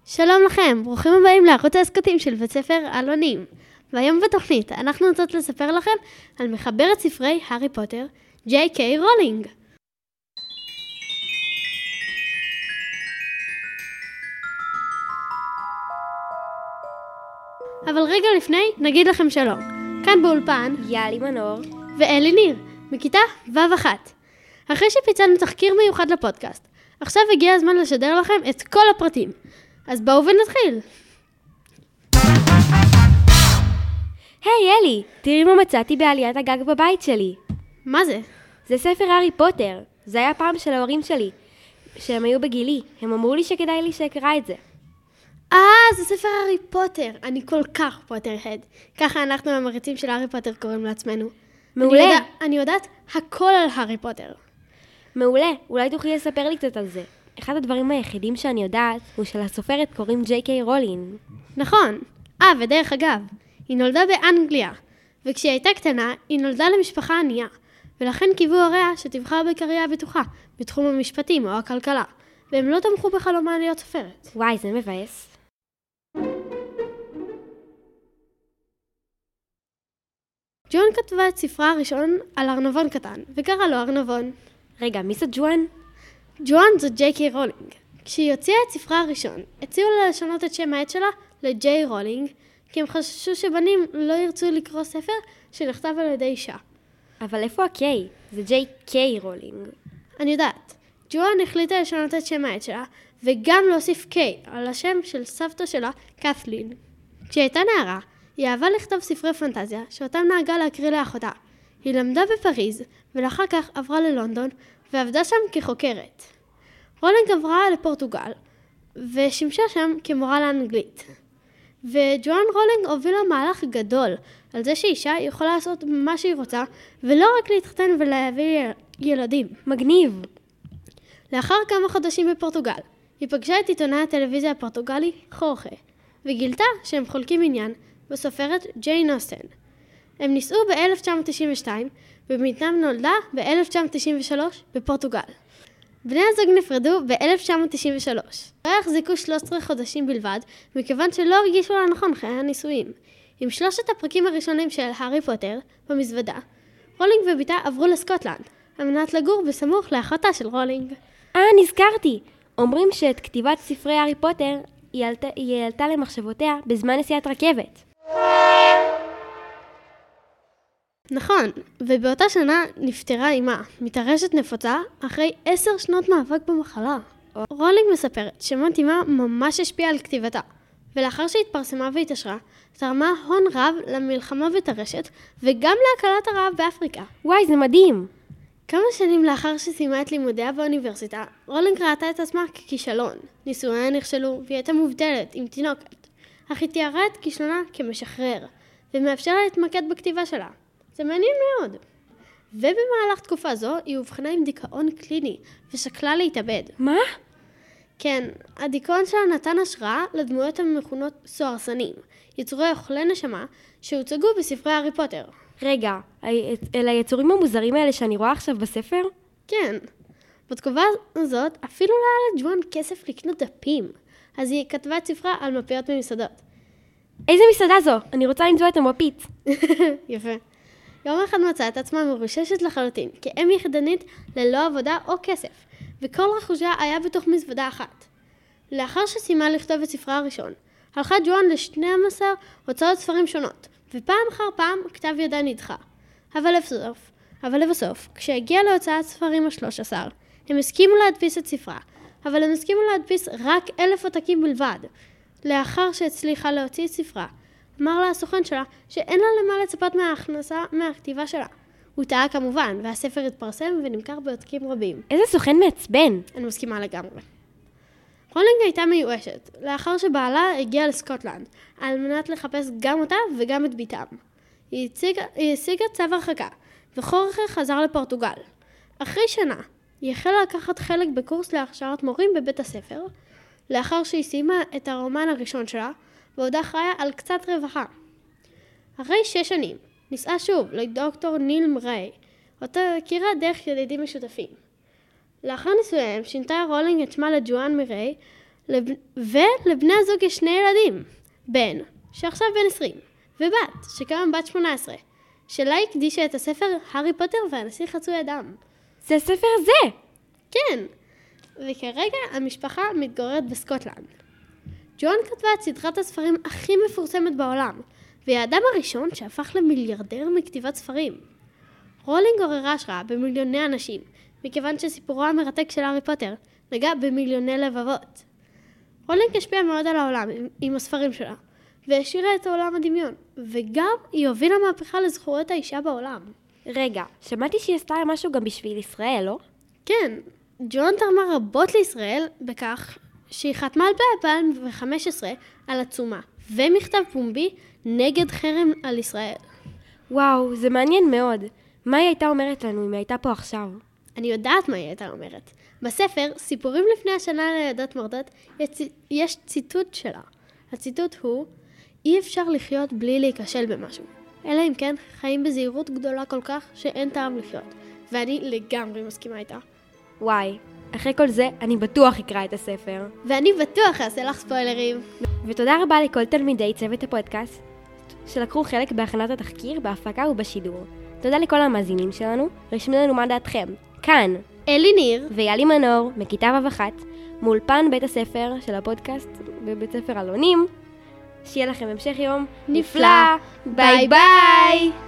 שלום לכם, ברוכים הבאים לערוץ ההסכתים של בית ספר אלונים. והיום בתוכנית אנחנו רוצות לספר לכם על מחברת ספרי הארי פוטר, ג'יי קיי רולינג. אבל רגע לפני נגיד לכם שלום. כאן באולפן יאלי מנור ואלי ניר, מכיתה ו'1. אחרי שפיצלנו תחקיר מיוחד לפודקאסט, עכשיו הגיע הזמן לשדר לכם את כל הפרטים. אז בואו ונתחיל. היי אלי, תראי מה מצאתי בעליית הגג בבית שלי. מה זה? זה ספר הארי פוטר. זה היה פעם של ההורים שלי, שהם היו בגילי. הם אמרו לי שכדאי לי שאקרא את זה. זה ספר הארי פוטר. אני כל כך פוטר-הד. ככה אנחנו המריצים של הארי פוטר קוראים לעצמנו. מעולה. אני יודעת הכל על הארי פוטר. מעולה, אולי תוכלי לספר לי קצת על זה. אחד הדברים היחידים שאני יודעת הוא שלסופרת קוראים ג'יי קיי רולינג. נכון. ודרך אגב, היא נולדה באנגליה, וכשהיא הייתה קטנה, היא נולדה למשפחה ענייה, ולכן קיוו הוריה שתבחר בקריירה בטוחה, בתחום המשפטים או הכלכלה, והם לא תמכו בחלומה להיות סופרת. וואי, זה מבאס. ג'ואן כתבה את ספרה הראשון על ארנבון קטן, וקרא לו ארנבון. רגע, מי זאת ג'ואן? ג'ואן זו ג'יי קיי רולינג. כשהיא הוציאה את ספרה הראשון, הציעו לה לשנות את שם העט שלה לג'יי רולינג, כי הם חששו שבנים לא ירצו לקרוא ספר שנכתב על ידי אישה. אבל איפה הקיי? זה ג'יי קיי רולינג. אני יודעת. ג'ואן החליטה לשנות את שם העט שלה, וגם להוסיף קיי על השם של סבתא שלה, קת'לין. כשהייתה נערה, היא אהבה לכתוב ספרי פנטזיה, שאותם נהגה להקריא לאחותה. היא למדה בפריז, ולאחר כך עברה ללונדון, ועבדה שם כחוקרת. רולינג עברה לפורטוגל, ושימשה שם כמורה לאנגלית. וג'ואן רולינג הובילה מהלך גדול על זה שאישה יכולה לעשות מה שהיא רוצה, ולא רק להתחתן ולהביא ילדים. מגניב. לאחר כמה חודשים בפורטוגל, היא פגשה את עיתונאי הטלוויזיה הפורטוגלי חורכה, וגילתה שהם חולקים עניין בסופרת ג'יין אוסטן. הם נישאו ב-1992, ובתם נולדה ב-1993 בפורטוגל. בני הזוג נפרדו ב-1993. לא החזיקו 13 חודשים בלבד, מכיוון שלא הרגישו לנכון חיי הנישואים. עם 3 הפרקים הראשונים של הארי פוטר במזוודה, רולינג וביתה עברו לסקוטלנד, על מנת לגור בסמוך לאחותה של רולינג. נזכרתי. אומרים שאת כתיבת ספרי הארי פוטר היא העלתה למחשבותיה בזמן נסיעת רכבת. נכון, ובאותה שנה נפטרה אימה, מתרשת נפוצה, אחרי 10 שנות מאבק במחלה. רולינג מספרת שמות אימה ממש השפיעה על כתיבתה, ולאחר שהתפרסמה והתעשרה, תרמה הון רב למלחמה בתרשת, וגם להקלת הרעב באפריקה. וואי, זה מדהים. כמה שנים לאחר שסיימה את לימודיה באוניברסיטה, רולינג ראתה את עצמה ככישלון. נישואיה נכשלו והיא הייתה מובטלת עם תינוקת, אך היא תיארה את כישלונה כמשחרר, ומאפשר לה להתמקד בכתיבה שלה. זה מעניין מאוד. ובמהלך תקופה זו היא הובחנה עם דיכאון קליני ושקלה להתאבד. מה? כן, הדיכאון שלה נתן השראה לדמויות המכונות סוהרסנים, יצורי אוכלי נשמה שהוצגו בספרי הארי פוטר. רגע, אלה היצורים המוזרים האלה שאני רואה עכשיו בספר? כן. בתקופה הזאת אפילו לא היה לג'ואן כסף לקנות דפים, אז היא כתבה את ספרה על מפיות ממסעדות. איזה מסעדה זו? אני רוצה למצוא את המפית. יפה. יום אחד מצאה את עצמה מרוששת לחלוטין, כאם יחידנית ללא עבודה או כסף, וכל רכושה היה בתוך מזוודה אחת. לאחר שסיימה לכתוב את ספרה הראשון, הלכה ג'ואן ל12 הוצאות ספרים שונות, ופעם אחר פעם כתב ידה נדחה. אבל לבסוף, כשהגיעה להוצאת ספרים ה-13, הם הסכימו להדפיס את ספרה, אבל הם הסכימו להדפיס רק 1,000 עותקים בלבד. לאחר שהצליחה להוציא את ספרה, אמר לה הסוכן שלה שאין לה למה לצפות מההכנסה מהכתיבה שלה. הוא טעה כמובן, והספר התפרסם ונמכר בעותקים רבים. איזה סוכן מעצבן. אני מסכימה לגמרי. רולינג הייתה מיואשת, לאחר שבעלה הגיע לסקוטלנד, על מנת לחפש גם אותה וגם את ביתם. היא השיגה צו הרחקה, וחורכה חזר לפורטוגל. אחרי שנה, היא החלה לקחת חלק בקורס להכשרת מורים בבית הספר, לאחר שהיא סיימה את הרומן הראשון שלה, ועודה חיה על קצת רווחה. אחרי 6 שנים, נישאה שוב לדוקטור ניל מריי, אותו הכירה דרך ידידים משותפים. לאחר נישואיהם שינתה רולינג את שמה לג'ואן מיריי, ולבני הזוג יש 2 ילדים, בן, שעכשיו בן 20, ובת, שכיום בת 18, שלה הקדישה את הספר הארי פוטר והנסיך חצוי הדם. זה הספר הזה! כן, וכרגע המשפחה מתגוררת בסקוטלנד. ג'ואן כתבה את סדרת הספרים הכי מפורסמת בעולם, והיא האדם הראשון שהפך למיליארדר מכתיבת ספרים. רולינג עוררה השראה במיליוני אנשים, מכיוון שסיפורו המרתק של הארי פוטר נגע במיליוני לבבות. רולינג השפיעה מאוד על העולם עם הספרים שלה, והשאירה את העולם הדמיון, וגם היא הובילה מהפכה לזכויות האישה בעולם. רגע, שמעתי שהיא עשתה משהו גם בשביל ישראל, לא? כן, ג'ואן תרמה רבות לישראל בכך שהיא חתמה ב-2015 על עצומה ומכתב פומבי נגד חרם על ישראל. וואו, זה מעניין מאוד. מה היא הייתה אומרת לנו אם היא הייתה פה עכשיו? אני יודעת מה היא הייתה אומרת. בספר, סיפורים לפני השנה לילדות מורדות, יש ציטוט שלה. הציטוט הוא, אי אפשר לחיות בלי להיכשל במשהו. אלא אם כן, חיים בזהירות גדולה כל כך שאין טעם לחיות. ואני לגמרי מסכימה איתה. וואי, אחרי כל זה, אני בטוח אקרא את הספר. ואני בטוח אעשה לך ספוילרים. ותודה רבה לכל תלמידי צוות הפודקאסט שלקחו חלק בהכנת התחקיר, בהפקה ובשידור. תודה לכל המאזינים שלנו, רשמו לנו מה דעתכם. כאן, אלי ניר ויאלי מנור, מכיתה ו1, מאולפן בית הספר של הפודקאסט בבית ספר אלונים. שיהיה לכם המשך יום נפלא. ביי ביי!